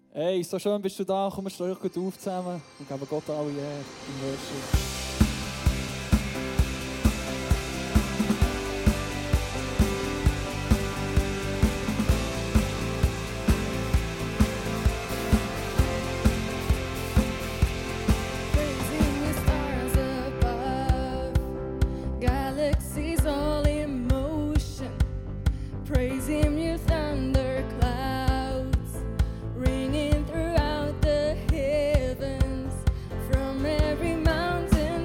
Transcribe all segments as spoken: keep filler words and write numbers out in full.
Hey, so schön bist du da. Komm, wir stehen gut auf zusammen und geben Gott alle Ehre im Worship. Galaxies all in motion, praise Him, your thunder clouds, ringing throughout the heavens, from every mountain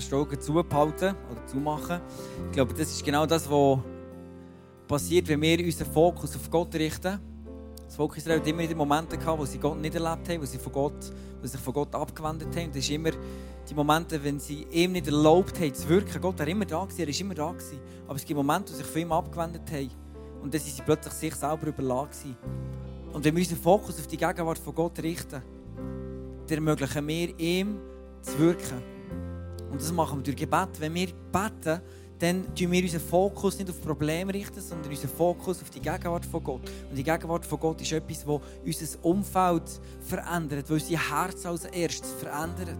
die Augen zubehalten oder zumachen. Ich glaube, das ist genau das, was passiert, wenn wir unseren Fokus auf Gott richten. Das Volk Israel hat immer wieder Momente gehabt, wo sie Gott nicht erlebt haben, wo sie, von Gott, wo sie sich von Gott abgewendet haben. Das sind immer die Momente, wenn sie ihm nicht erlaubt haben zu wirken. Gott war immer da, er war immer da. Aber es gibt Momente, wo sie sich von ihm abgewendet haben. Und dann sind sie plötzlich sich selber überlassen. Und wenn wir unseren Fokus auf die Gegenwart von Gott richten, dann ermöglichen wir ihm zu wirken. Und das machen wir durch Gebet. Wenn wir beten, dann richten wir unseren Fokus nicht auf Probleme richten, sondern unseren Fokus auf die Gegenwart von Gott. Und die Gegenwart von Gott ist etwas, das unser Umfeld verändert, das unser Herz als erstes verändert.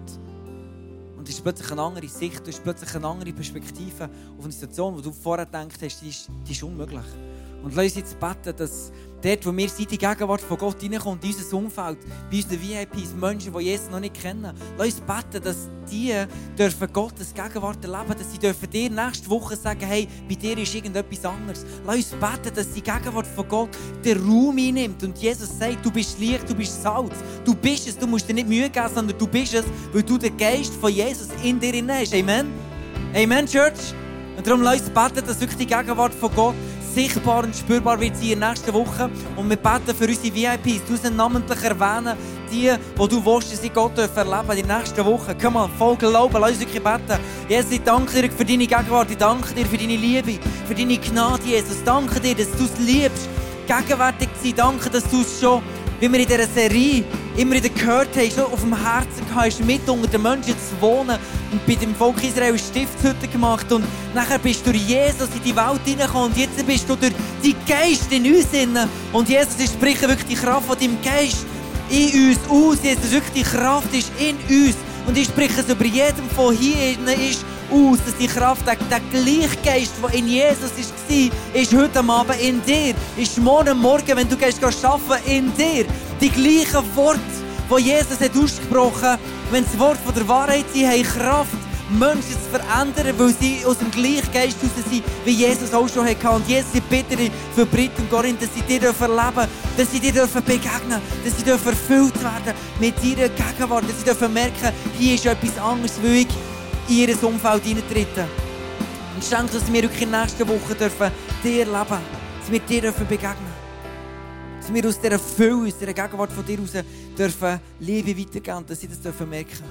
Und es ist plötzlich eine andere Sicht, es ist plötzlich eine andere Perspektive auf eine Situation, die du vorher gedacht hast, die ist, die ist unmöglich. Und lass uns jetzt beten, dass dort, wo wir sind, die Gegenwart von Gott reinkommt, in unser Umfeld, bei unseren V I Ps, Menschen, die Jesus noch nicht kennen. Lass uns beten, dass die dürfen Gottes Gegenwart erleben, dass sie dürfen dir nächste Woche sagen, hey, bei dir ist irgendetwas anderes. Lass uns beten, dass die Gegenwart von Gott den Raum einnimmt und Jesus sagt, du bist Licht, du bist Salz, du bist es, du musst dir nicht Mühe geben, sondern du bist es, weil du den Geist von Jesus in dir hast. Amen? Amen, Church? Und darum lass uns beten, dass wirklich die Gegenwart von Gott sichtbar und spürbar wird sie in der nächsten Woche. Und wir beten für unsere V I Ps. Du sie namentlich erwähnen, die, die du willst, dass sie Gott erleben in der nächsten Woche. Komm mal, voll Glauben, lass uns wirklich beten. Jesus, ich danke dir für deine Gegenwart, ich danke dir für deine Liebe, für deine Gnade, Jesus. Ich danke dir, dass du es liebst, gegenwärtig zu sein. Danke, dass du es schon, wie wir in dieser Serie immer wieder gehört haben, schon auf dem Herzen hast, mit unter den Menschen zu wohnen. Und bei dem Volk Israel eine Stiftshütte gemacht. Und nachher bist du durch Jesus in die Welt hineingekommen. Und jetzt bist du durch deinen Geist in uns hinein. Und Jesus, ich spreche wirklich die Kraft von deinem Geist in uns aus. Jesus, wirklich die Kraft ist in uns. Und ich spreche es über jedem von hier ist aus, dass die Kraft, der, der Gleichgeist, der in Jesus war, ist heute Abend in dir. Ist morgen Morgen, wenn du gehst arbeiten, in dir. Die gleichen Worte, die Jesus hat ausgesprochen hat, wenn das Wort von der Wahrheit sind, haben Kraft, Menschen zu verändern, weil sie aus dem Gleichgeist raus sind, wie Jesus auch schon hatte. Und Jesus, ich bitte dich für Brit und Corinne, dass sie dir erleben dürfen, dass sie dir begegnen dürfen, dass sie erfüllt werden mit ihrer Gegenwart, dass sie dürfen merken, hier ist etwas anderes, weil ich in ihr Umfeld hineintrete. Und ich denke, dass wir wirklich in der nächsten Woche dürfen dir erleben dürfen, dass wir dir dürfen begegnen dürfen. Dass wir aus dieser Fülle, aus dieser Gegenwart von dir heraus dürfen Liebe weitergeben, dass sie das dürfen merken.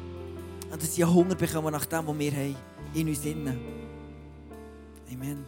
Und dass sie Hunger bekommen nach dem, was wir haben, in uns innen. Amen.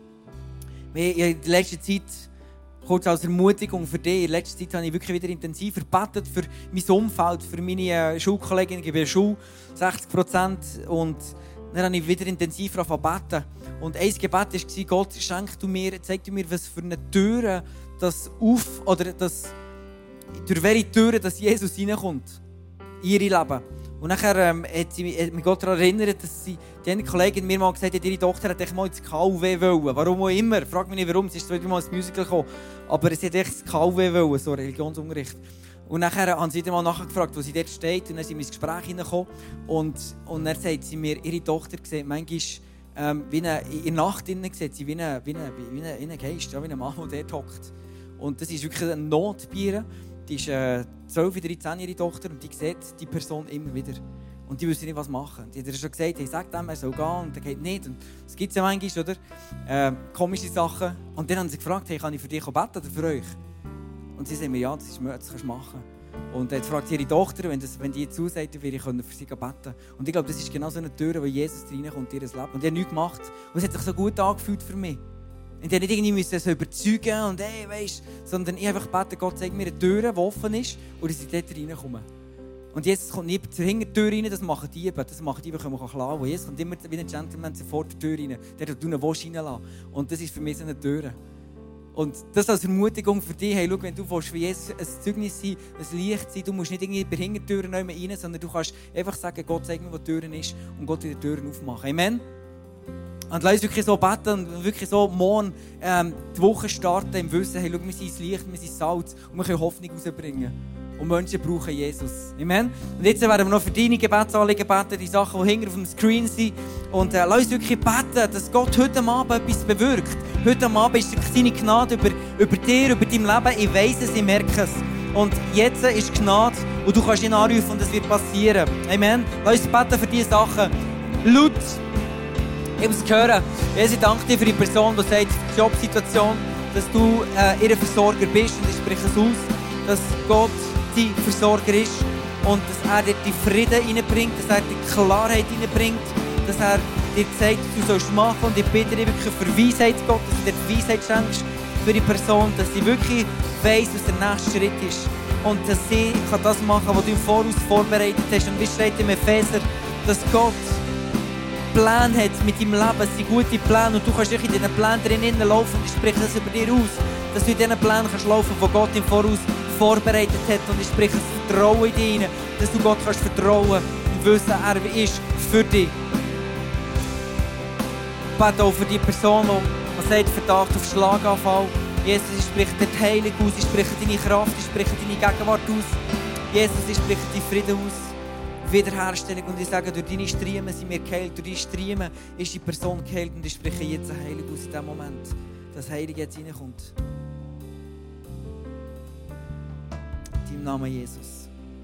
In der letzten Zeit, kurz als Ermutigung für dich, in letzter Zeit habe ich wirklich wieder intensiv gebetet für mein Umfeld, für meine Schulkolleginnen. Ich gebe Schule sechzig Prozent und dann habe ich wieder intensiver angefangen. Und ein Gebet war, Gott, schenk du mir, zeig du mir, was für eine Tür das auf, oder das, durch welche Türen dass Jesus reinkommt in ihr Leben. Und nachher ähm, hat, sie, hat mich Gott daran erinnert, dass sie, die eine Kollegin mir mal gesagt hat, ihre Tochter hat mal ins K U W wollen. Warum auch immer. Frag mich nicht warum, es ist zwar mal ins Musical gekommen. Aber sie hat echt ins K U W wollen, so Religionsunterricht. Und nachher haben sie wieder mal nachgefragt, wo sie dort steht. Und dann sind wir ins Gespräch hineingekommen. Und, und dann sagt sie mir, ihre Tochter sieht manchmal ähm, wie eine, in der Nacht innen sieht sie wie ein wie eine, wie eine, wie eine Geist, ja, wie ein Mann, der dort hockt. Und das ist wirklich ein Notbier. Die ist äh, zwölf, dreizehn ihre Tochter und die sieht die Person immer wieder. Und die wissen nicht, was machen. Die hat ihr schon gesagt, hey, sag dem, er soll gehen und er geht nicht. Und das gibt es ja manchmal, oder? Äh, komische Sachen. Und dann haben sie gefragt, hey, kann ich für dich beten oder für euch? Und sie sagen mir, ja, das, ist, das kannst du machen. Und dann fragt ihre Tochter, wenn, das, wenn die zusagt, dann würde ich für sie beten. Und ich glaube, das ist genau so eine Tür, wo Jesus reinkommt in ihr Leben. Und die hat nichts gemacht. Und es hat sich so gut angefühlt für mich. Und ich musste nicht irgendwie so überzeugen und hey, weißt, sondern ich einfach bete, Gott zeigt mir eine Tür, die offen ist und dass ich dort reinkomme. Und Jesus kommt nicht zur Hintertür rein, das machen die, das machen die, die können klar. Und Jesus kommt immer wie ein Gentleman vor der Tür rein, der du ihn reinlassen. Und das ist für mich so eine Tür. Und das als Ermutigung für dich, hey, schau, wenn du willst, wie Jesus ein Zeugnis sein, ein Licht sein, du musst nicht irgendwie bei Hintertüren rein, sondern du kannst einfach sagen, Gott zeigt mir, wo die Tür ist und Gott wieder Türen aufmachen. Amen. Und lass uns wirklich so beten und wirklich so morgen ähm, die Woche starten im Wissen, hey, schau, wir sind das Licht, wir sind Salz und wir können Hoffnung rausbringen. Und Menschen brauchen Jesus. Amen. Und jetzt werden wir noch für deine Gebetsanliegen beten, die Sachen, die hinten auf dem Screen sind. Und äh, lass uns wirklich beten, dass Gott heute Abend etwas bewirkt. Heute Abend ist seine Gnade über, über dir, über dein Leben. Ich weiss es, ich merke es. Und jetzt ist Gnade und du kannst ihn anrufen und es wird passieren. Amen. Lass uns beten für diese Sachen. laut. Ich muss es hören. Jesus, ich danke dir für die Person, die sagt, die Jobsituation, dass du äh, ihr Versorger bist. Und ich spreche es aus, dass Gott dein Versorger ist. Und dass er dir die Frieden hineinbringt, dass er die Klarheit hineinbringt, dass er dir zeigt, was du sollst machen. Und ich bitte dich wirklich für Weisheit, Gott, dass du dir die Weisheit schenkst für die Person, dass sie wirklich weiss, was der nächste Schritt ist. Und dass sie kann das machen kann, was du im Voraus vorbereitet hast. Und wie steht im Epheser, dass Gott Pläne hat mit deinem Leben, es sind gute Pläne. Und du kannst dich in diesen Plänen drinnen laufen. Und ich spreche das über dir aus, dass du in diesen Plänen kannst laufen, die Gott im Voraus vorbereitet hat. Und ich spreche das Vertrauen in dich rein, dass du Gott kannst vertrauen und wissen, er ist für dich. Ich bete auch für die Person, die sagt, Verdacht auf Schlaganfall. Jesus, ich spreche dir die Heilung aus, ich spreche deine Kraft, ich spreche deine Gegenwart aus. Jesus, ich spreche deinen Frieden aus. Wiederherstellung. Und ich sage, durch deine Striemen sind wir geheilt. Durch deine Striemen ist die Person geheilt. Und ich spreche jetzt eine Heilung aus in diesem Moment, dass Heilung jetzt reinkommt. In deinem Namen Jesus.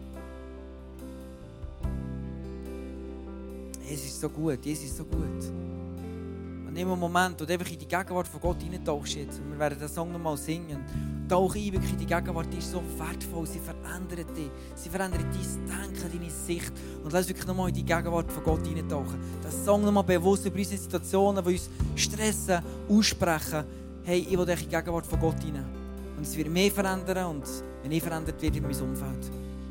Jesus ist so gut, Jesus ist so gut. Und in einem Moment, wo du einfach in die Gegenwart von Gott hineintauchst jetzt, und wir werden den Song nochmal singen, tauch ein, wirklich in die Gegenwart, die ist so wertvoll, sie verändert dich, sie verändert dein Denken, deine Sicht. Und lass wirklich nochmal in die Gegenwart von Gott hineintauchen. Den Song nochmal bewusst über unsere Situationen, die uns stressen, aussprechen. Hey, ich will in die Gegenwart von Gott hinein. Und es wird mehr verändern und wenn ich verändert wird in meinem Umfeld.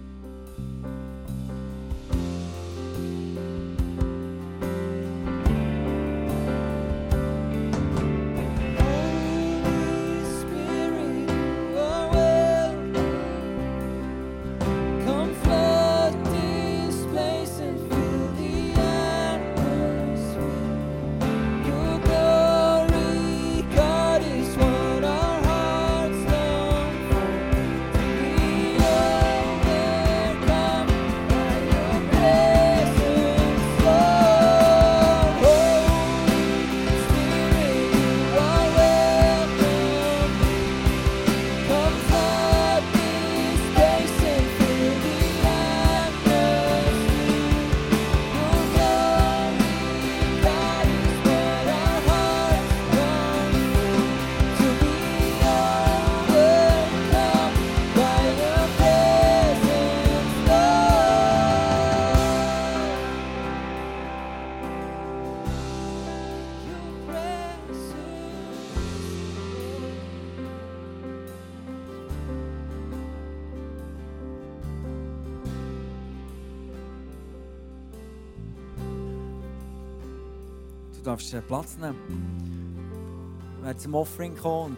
Du darfst Platz nehmen. Wir werden zum Offering kommen.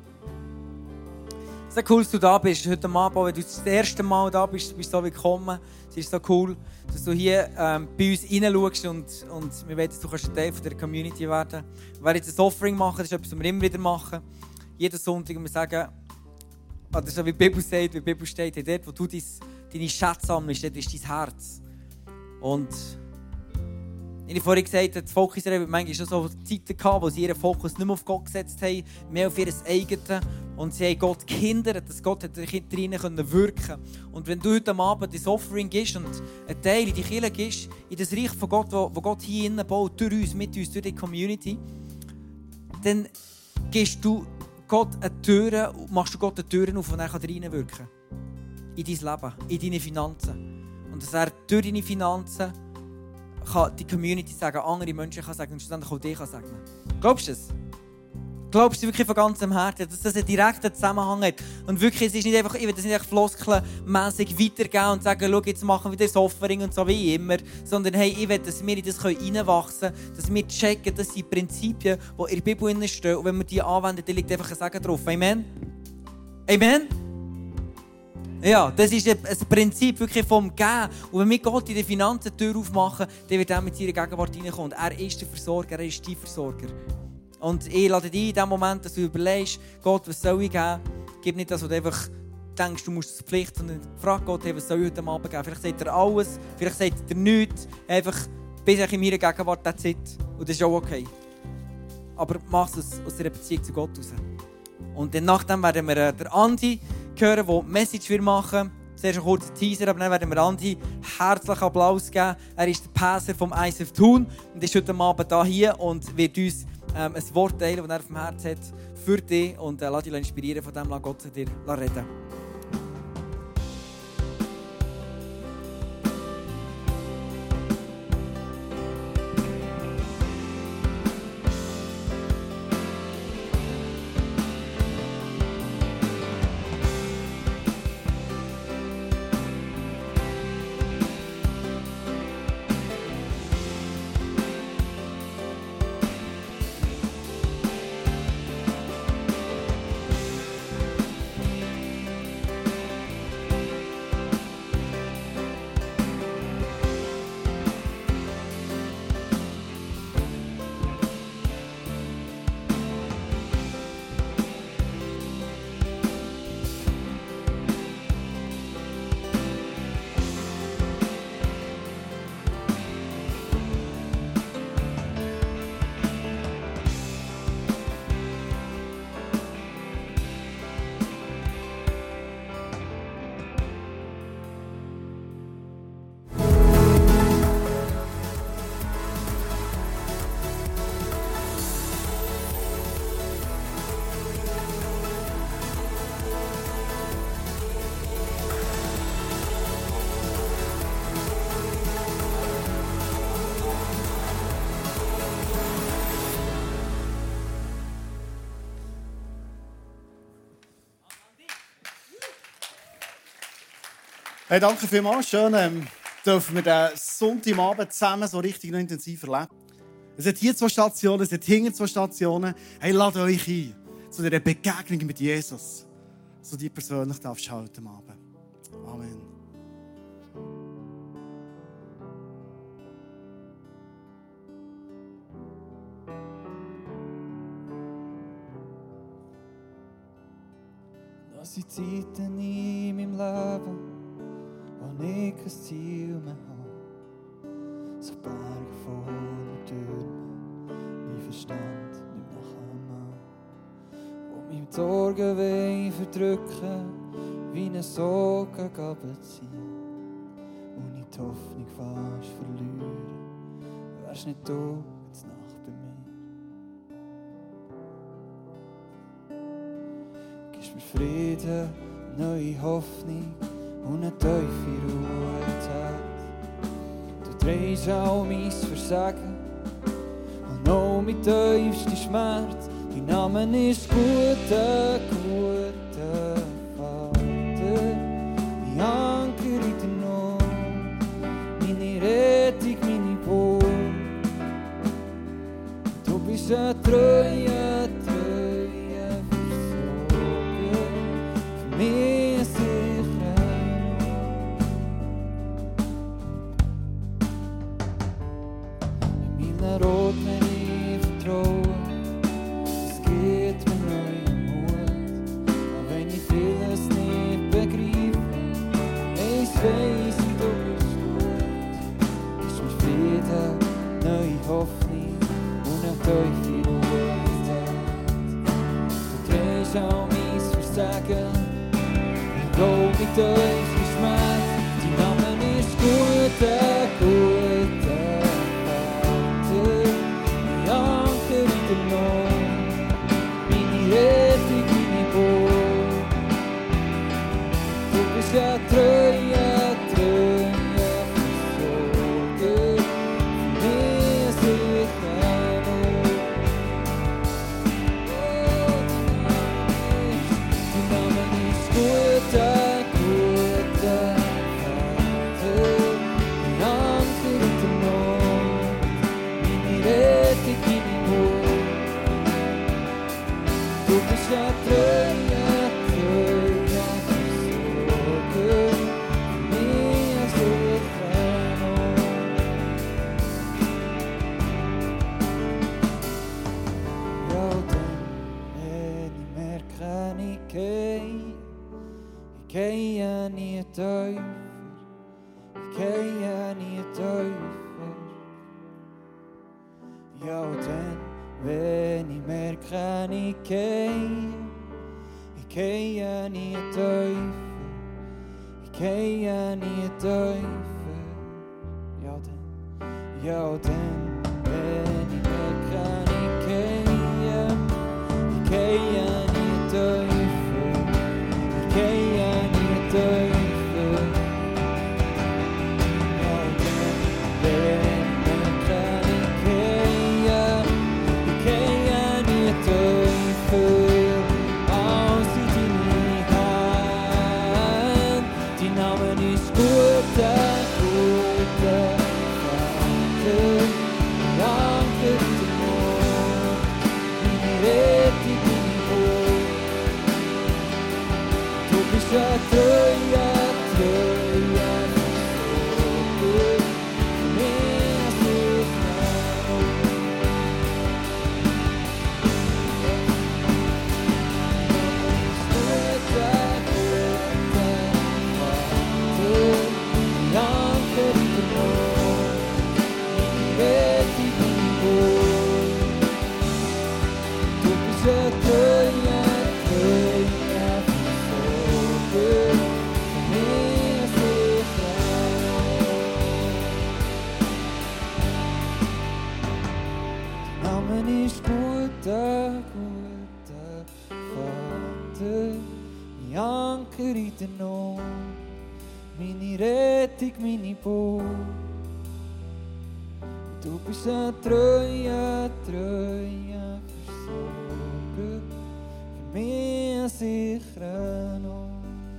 Es ist so cool, dass du da bist heute Abend. Wenn du das erste Mal da bist, bist du so willkommen. Es ist so cool, dass du hier ähm, bei uns hineinschaust und, und wir wollen, dass du ein Teil von der Community werden. Wir werden jetzt ein Offering machen, das ist etwas, was wir immer wieder machen. Jeden Sonntag, und wir sagen, oder so wie die Bibel sagt, wie die Bibel steht, dort, wo du dein, deine Schätze sammelst, dort ist dein Herz. Und wie ich vorhin gesagt habe, das Volk Israel hat manchmal schon so Zeiten gehabt, wo sie ihren Fokus nicht mehr auf Gott gesetzt haben, mehr auf ihr eigenes. Und sie haben Gott gehindert, dass Gott drinnen wirken konnte. Und wenn du heute Abend dein Offering gibst und einen Teil in die Kirche gibst, in das Reich von Gott, wo, wo Gott hier innen baut, durch uns, mit uns, durch die Community, dann gibst du Gott eine Tür, machst du Gott eine Tür auf, und er kann reinwirken kann. In dein Leben, in deine Finanzen. Und dass er durch deine Finanzen kann die Community sagen, andere Menschen kann sagen und schlussendlich auch dich kann sagen. Glaubst du das? Glaubst du wirklich von ganzem Herzen, dass das einen direkten Zusammenhang hat? Und wirklich, es ist nicht einfach, ich will das nicht einfach floskelmässig weitergeben und sagen, schau, jetzt machen wir das Offering und so wie immer. Sondern hey, ich will, dass wir in das reinwachsen können, dass wir checken, das sind Prinzipien, die in der Bibel stehen. Und wenn wir die anwenden, dann liegt einfach ein Segen drauf. Amen? Amen? Ja, das ist ein Prinzip wirklich vom Geben. Und wenn wir Gott in der Finanzen die Tür aufmachen, dann wird er mit seiner Gegenwart reinkommen. Er ist der Versorger, er ist dein Versorger. Und ich lade dich in dem Moment, dass du überlegst, Gott, was soll ich geben? Gib nicht das, was du einfach denkst, du musst es Pflicht, sondern frag Gott, hey, was soll ich heute Abend geben? Vielleicht sagt er alles, vielleicht sagt er nichts. Einfach, bis in meiner Gegenwart, that's it. Und das ist auch okay. Aber mach es aus, aus einer Beziehung zu Gott raus. Und dann nachdem werden wir den Andi hören, der die Message machen Zuerst ein kurzer Teaser, aber dann werden wir Andi herzlichen Applaus geben. Er ist der Pastor vom I C F Thun und ist heute Abend hier und wird uns ähm, ein Wort teilen, das er auf dem Herzen hat für dich. Und äh, lass dich inspirieren von dem, lass Gott zu dir reden. Hey, danke vielmals. Schön, ähm, dürfen wir den Sonntagabend zusammen so richtig noch intensiv erleben. Es hat hier zwei Stationen, es hat hinten zwei Stationen. Hey, ladet euch ein zu dieser Begegnung mit Jesus, so die persönlich darfst heute Abend. Amen. Das sind Zeiten in meinem Leben, wo ich kein Ziel mehr habe. So Berge voller Türme, mein Verstand nicht mehr kommen. Wo mich die Sorgen wollen verdrücken, wie eine Sog runterziehen. Und ich die Hoffnung fast verlieren, wärst nicht du jetzt Nacht bei mir. Gibst mir Frieden, neue Hoffnung und eine tiefe Ruhe ins Herz. Du drehst auch mein Versagen und auch mein tiefster Schmerz. Dein Name ist guter, guter Vater. Mein Anker in der Not, meine Rettung, meine Burg. Du bist ein treuer, treuer Versorger für mich. Rot, wenn ich vertraue, es gibt mir neuen Mut. Auch wenn ich vieles nicht begreife, ich weiss, du bist gut. Gibst mir Frieden, neue Hoffnung und eine tiefe Ruhe ins Herz. Du drehst auch mein Versagen und auch mein tiefster Schmerz. Dein Name ist guter, guter meine Rettung, meine Burg. Du bist ja treuer, treuer Versorger für mich sicher nur. Dein Name ist guter, guter Vater. Mein Anker in der Not, meine Rettung, meine Burg. Du bist ja treuer, treuer Versorger für mich sicher noch. Ja, dann, wenn ich merke, ich gehe, ich gehe nie tiefer, ich gehe nie tiefer. Ja, dann, wenn ich merke, ich gehe, ich gehe nie tiefer, ich gehe nie tiefer. Ja, dann, ja, dann, wenn ich merke, ich gehe, ich gehe nie tiefer, ich gehe nie tiefer. Ja, dann, wenn ich merke, ich gehe, ich gehe nie tiefer. Als in deine Hand, dein Name ist guter, guter Vater, Anker in der Not, meine Rettung, meine Brot. Du bist ein treuer, treuer Versorger, für mich als ich guter, guter Vater, mein Anker in der Not, meine Rettung, meine Burg. Du bist ein treuer, treuer Versorger, für mich ein sicherer Ort.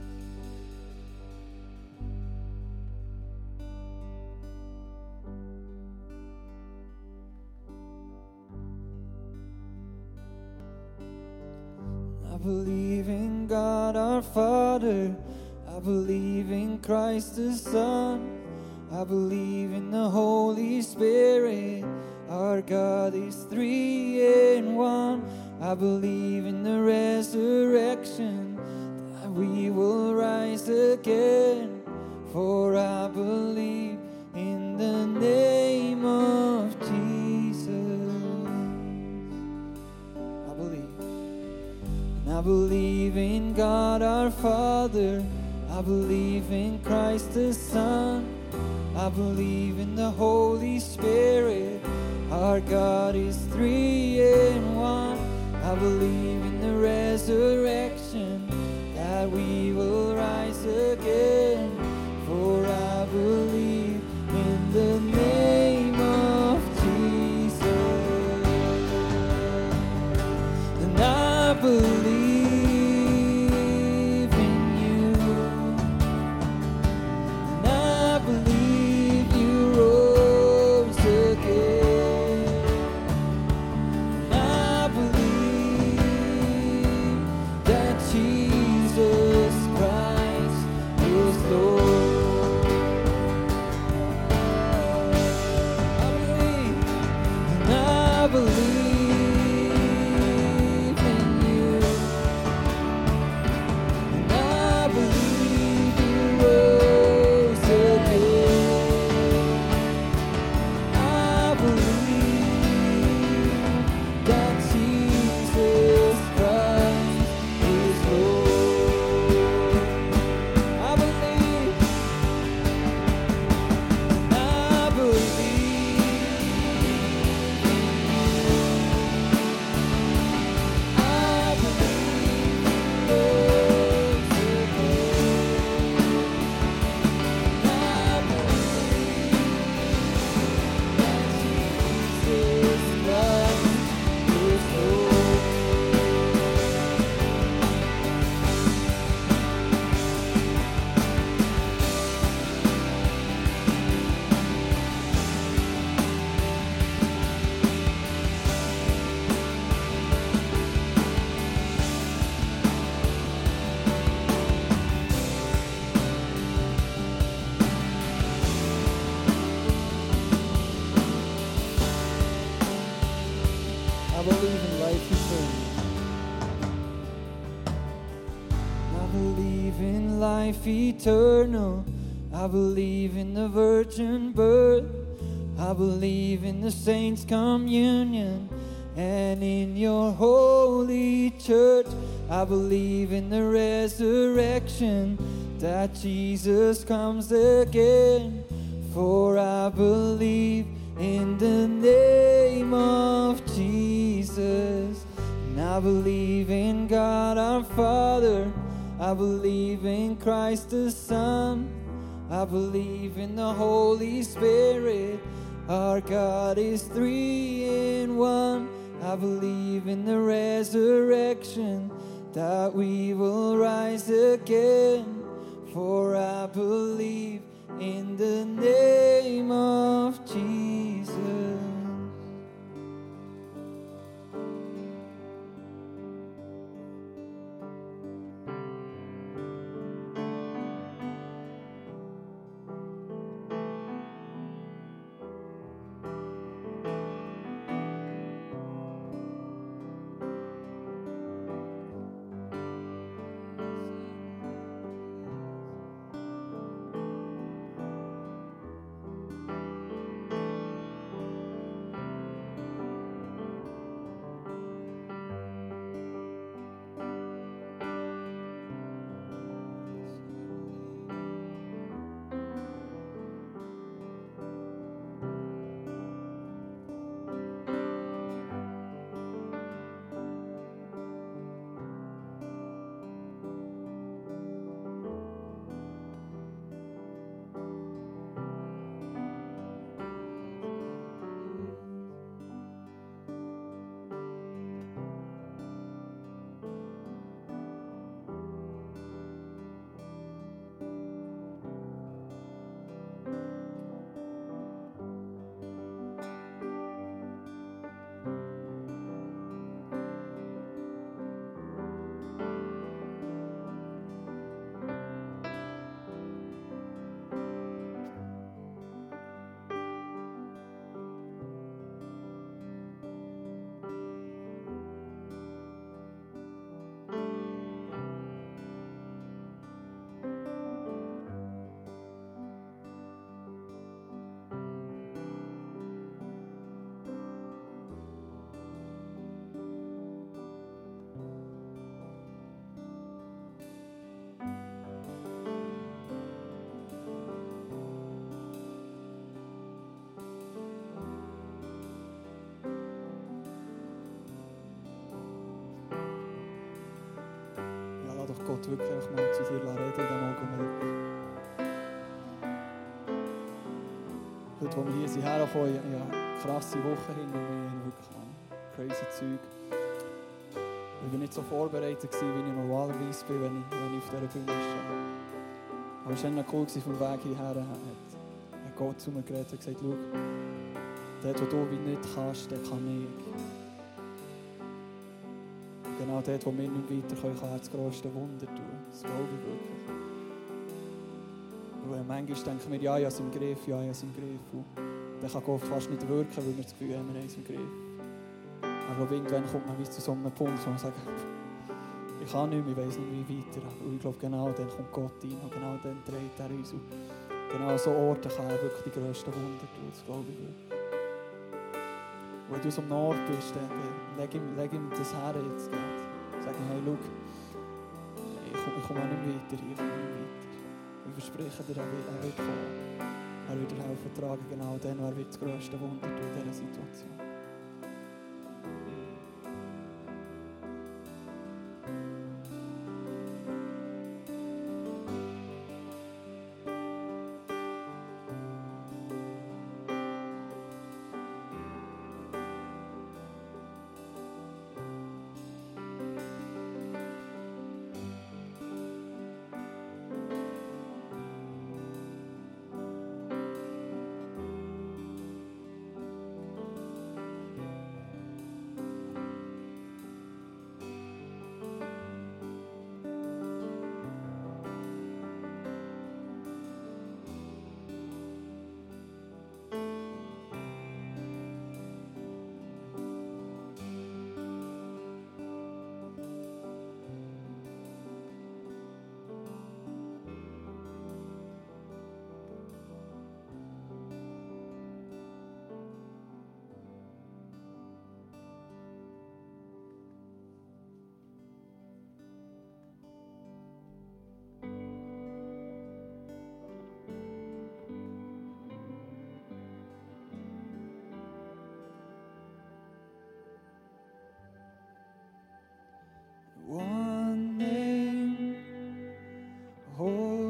I believe in God our Father, I believe in Christ the Son, I believe in the Holy Spirit, our God is three in one. I believe in the resurrection, that we will rise again, for I believe in the name of Jesus. I believe. I believe in God our Father, I believe in Christ the Son, I believe in the Holy Spirit, our God is three in one. I believe in the resurrection, that we will rise again, for I believe in the name of Jesus. And I believe life eternal. I believe in the virgin birth. I believe in the saints' communion and in your holy church. I believe in the resurrection, that Jesus comes again. For I believe in the name of Jesus. And I believe in God our Father. I believe in Christ the Son. I believe in the Holy Spirit. Our God is three in one. I believe in the resurrection, that we will rise again. For I believe in the name of Jesus. Doch Gott wirklich auch mal zu dir reden in diesem Augenblick. Heute, wo wir hier sind, hergekommen, ja, eine krasse Woche hinter mir, wirklich man, crazy Zeug. Ich war nicht so vorbereitet, wie ich normalerweise bin, wenn ich, wenn ich auf dieser Bühne stehe. Aber es war dann cool, vom Weg hierher hat, hat Gott zu mir geredet und gesagt, schau, dort, wo du nicht kannst, den kann ich. Genau dort, wo wir nicht weiter können, kann er das grösste Wunder tun. Das glaube ich wirklich. Weil manchmal denken wir, ja, ich habe es im Griff, ja, ich habe es im Griff. Und dann kann Gott fast nicht wirken, weil wir das Gefühl haben, wir haben es im Griff. Aber irgendwann kommt man zu so einem Punkt, wo man sagt, ich kann nicht mehr, ich weiss nicht, wie weiter. Und ich glaube, genau dann kommt Gott rein und genau dann dreht er uns. Und genau an so Orten kann er wirklich die grössten Wunder tun. Das glaube ich wirklich. Wenn du so am Nord bist, dann leg ihm, leg ihm das her jetzt. Sag ihm, hey, schau, ich komme komm auch nicht weiter hier, ich komme nicht weiter. Ich verspreche dir, er wird, er wird kommen. Er wird dir helfen tragen, genau dann, er wird das grösste Wunder tun in dieser Situation.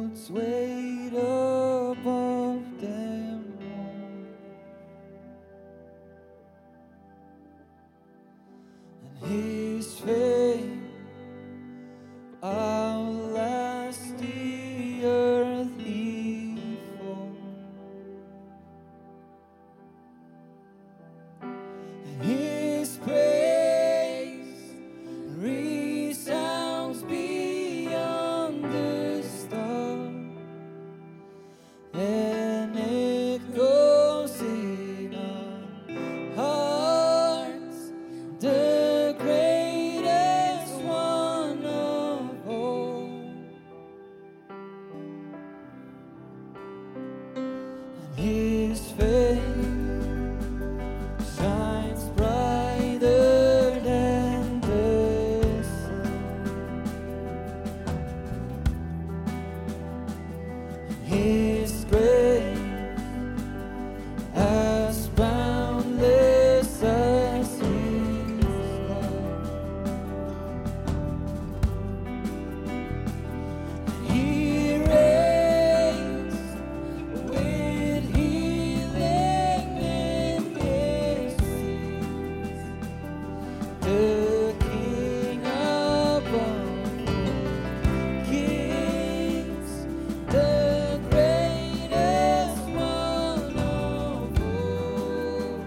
clouds wait above them all, and His fame outlast the earth He formed, and His praise resounds beyond the stars, and echoes in our hearts, the greatest one of all. And His fame shines brighter than the sun. His grace as boundless as His love. He reigns with healing in His feet, the King above kings, the greatest one of all.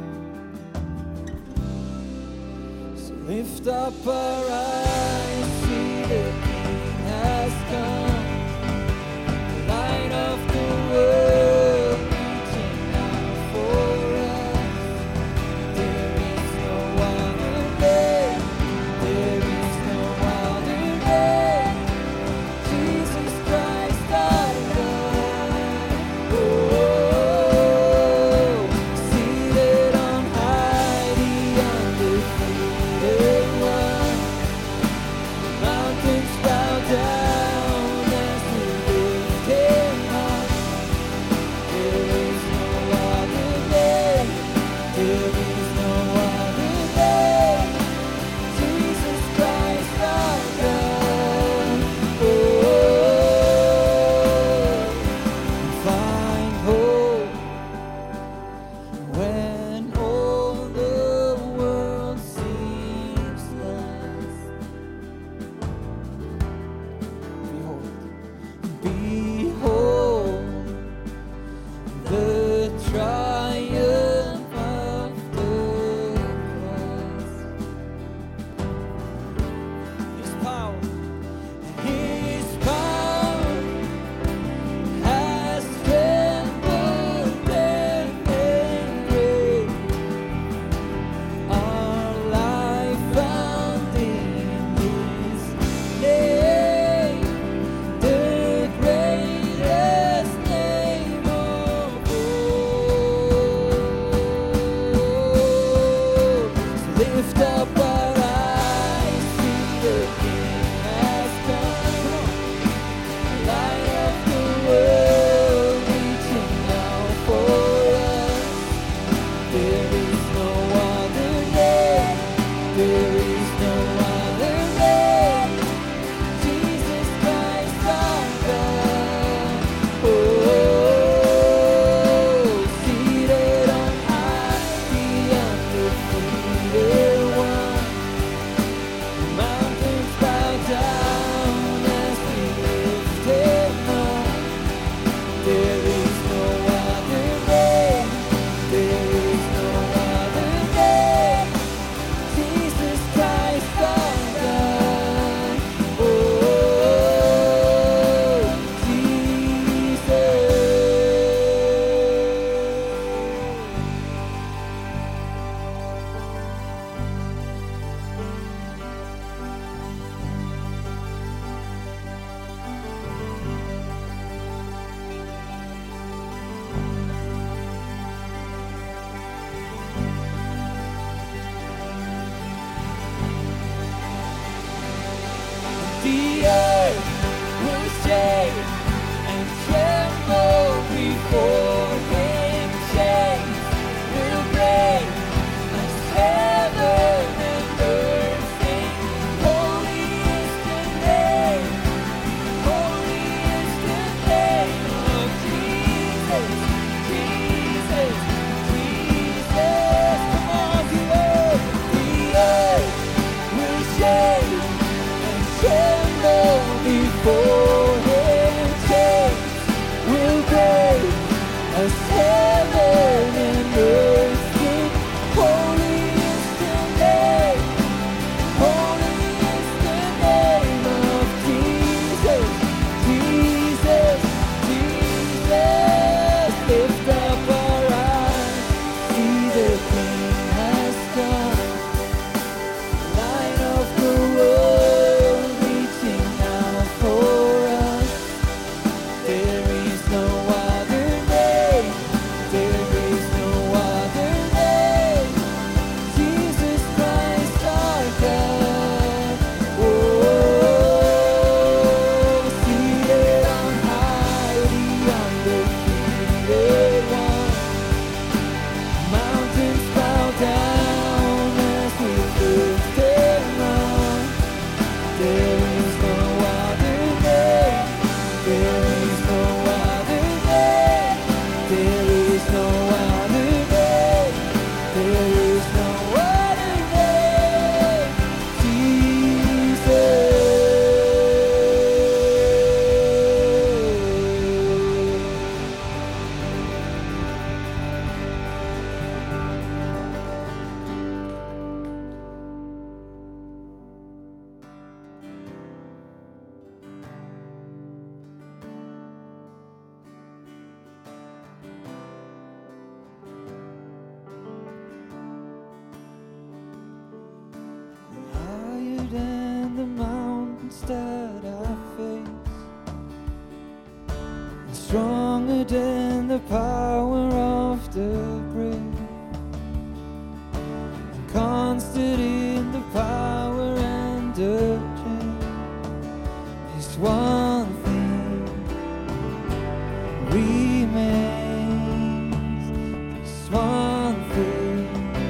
So lift up our eyes, see the King has come, the light of the world reaching out for us. There is no other name, there is no other name, Jesus Christ our Lord. Oh, seated on high, the undefeated one, the mountains that I face, and stronger than the power of the grave, and constant in the power and the change. This one thing remains. This one thing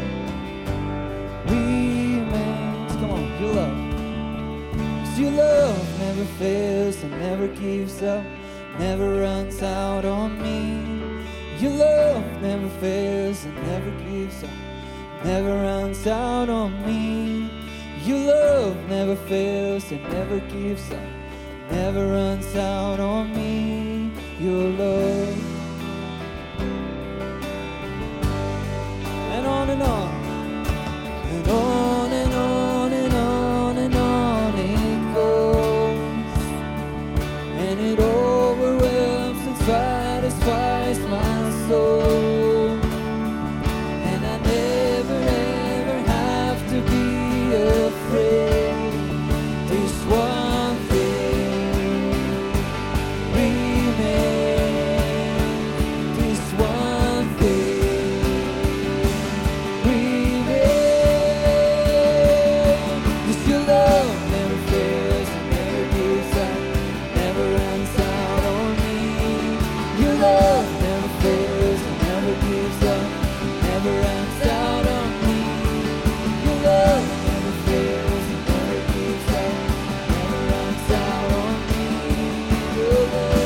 remains. Come on, your love. 'Cause your love never fails and never gives up, never runs out on me. Your love never fails and never gives up, never runs out on me. Your love never fails and never gives up, never runs out on me. Your love. And on and on, and on and on and on and on it goes, and it overwhelms and satisfies my soul, and I never ever have to be afraid. This one thing remains. This one thing remains. 'Cause your love never fails and never gives up, never runs out on me. Your love never fails and never gives up, never runs out on me. Your love never fails and never gives up, never runs out on me. Your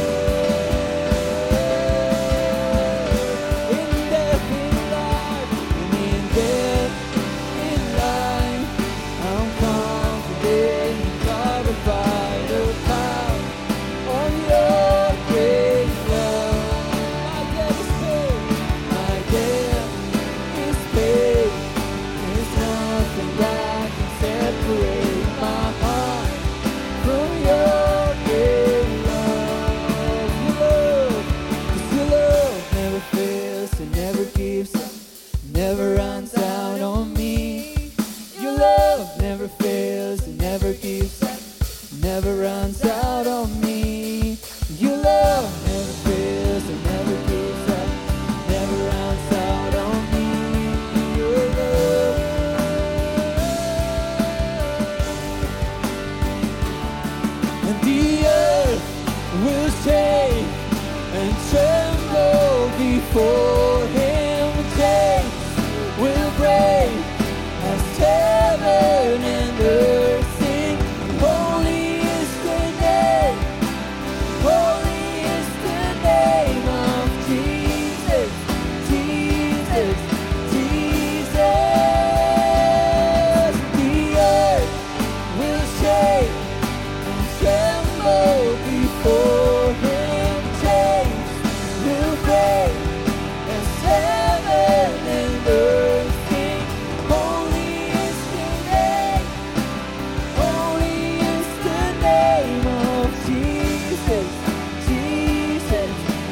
love. In death, in life, and in death, in life, I'm confident and covered by the power of your great love. My debt is paid, my debt is paid. There's nothing that can separate my heart from your great love. Your love, 'cause your love never fails and never gives up, never runs out on me. Your love never fails and never gives up, never runs out on me. Your love never fails and never gives up, never runs out on me. Your love. And the earth will shake and tremble before him. Chains will break as heaven and earth sing. Holy is the name, holy is the name of Jesus, Jesus, Jesus. The earth will shake and tremble before him. Chains will break as heaven and earth sing. Holy is the name, holy is the name of Jesus, Jesus,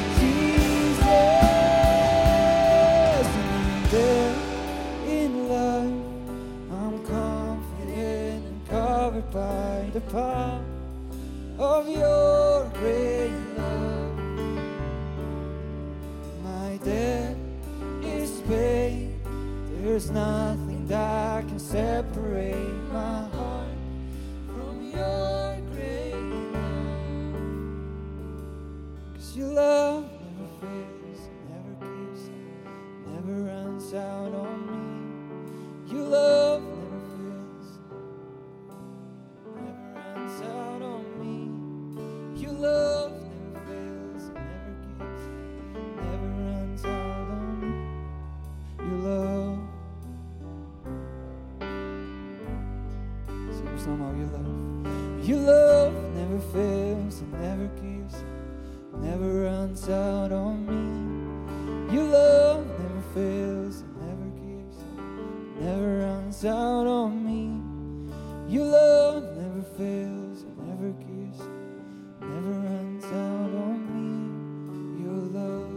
Jesus. And there in life, I'm confident and covered by the power of your great love. My debt is paid. There's nothing that can separate my heart from your great love. 'Cause your love never fails, never gives up, never runs out on me. Your love never fails, never runs out on me. Your love never fails, never gives, never runs out on me. Your love. Sing some of your love. Your love never fails and never gives, never runs out on me. Your love never fails and never gives, never runs out on me. Your love never fails and never gives, never runs out on me. Your love.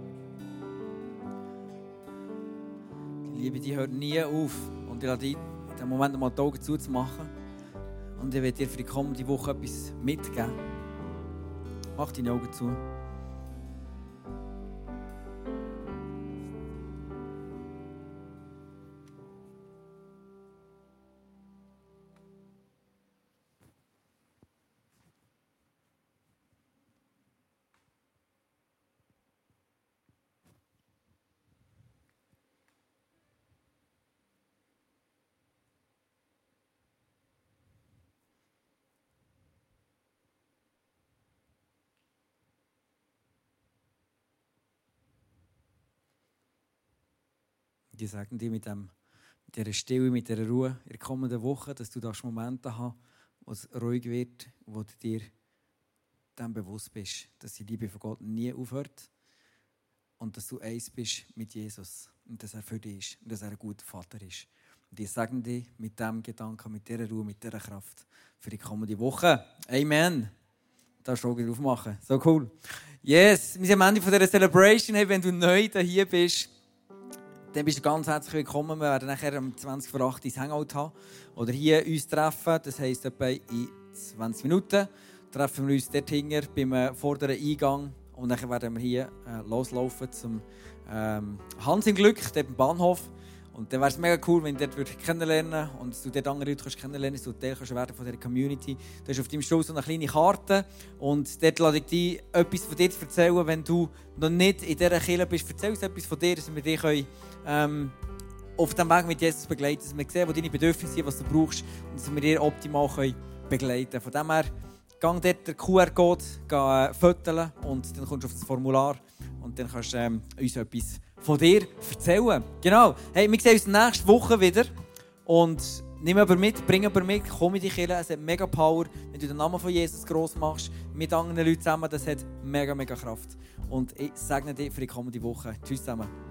Die Liebe, die hört nie auf. Und ich lade dich den Moment mal die Augen zuzumachen. Und ich werde dir für die kommende Woche etwas mitgeben. Mach deine Augen zu. Die sagen dir mit, dem, mit dieser Stille, mit dieser Ruhe in der kommenden Woche, dass du das Momente hast, wo es ruhig wird, wo du dir dann bewusst bist, dass die Liebe von Gott nie aufhört und dass du eins bist mit Jesus und dass er für dich ist und dass er ein guter Vater ist. Und ich sage dir mit diesem Gedanken, mit dieser Ruhe, mit dieser Kraft für die kommende Woche. Amen. Da darfst du auch aufmachen. So cool. Yes, wir sind am Ende von dieser Celebration. Hey, wenn du neu hier bist, dann bist du ganz herzlich willkommen. Wir werden nachher um zwanzig vor acht ins Hangout haben oder hier uns treffen. Das heisst, etwa in zwanzig Minuten treffen wir uns dort hinten beim vorderen Eingang. Und dann werden wir hier äh, loslaufen zum ähm, Hans im Glück, dort am Bahnhof. Und dann wäre es mega cool, wenn du dort kennenlernen und du dort andere Leute kennenlernen kannst, du Teil kannst werden von dieser Community. Du hast auf deinem Stuhl so eine kleine Karte und dort lade ich dich, etwas von dir zu erzählen. Wenn du noch nicht in dieser Kirche bist, erzähl uns etwas von dir, dass wir dich können, ähm, auf dem Weg mit Jesus begleiten können. Dass wir sehen, wo deine Bedürfnisse sind, was du brauchst und dass wir dich optimal können begleiten können. Von dem her, geh dort den Q R-Code äh, fotografieren und dann kommst du auf das Formular und dann kannst du ähm, uns etwas von dir erzählen. Genau. Hey, wir sehen uns nächste Woche wieder. Und nimm aber mit, bring aber mit, komm in die Kirche. Es hat mega Power. Wenn du den Namen von Jesus gross machst, mit anderen Leuten zusammen, das hat mega, mega Kraft. Und ich segne dich für die kommende Woche. Tschüss zusammen.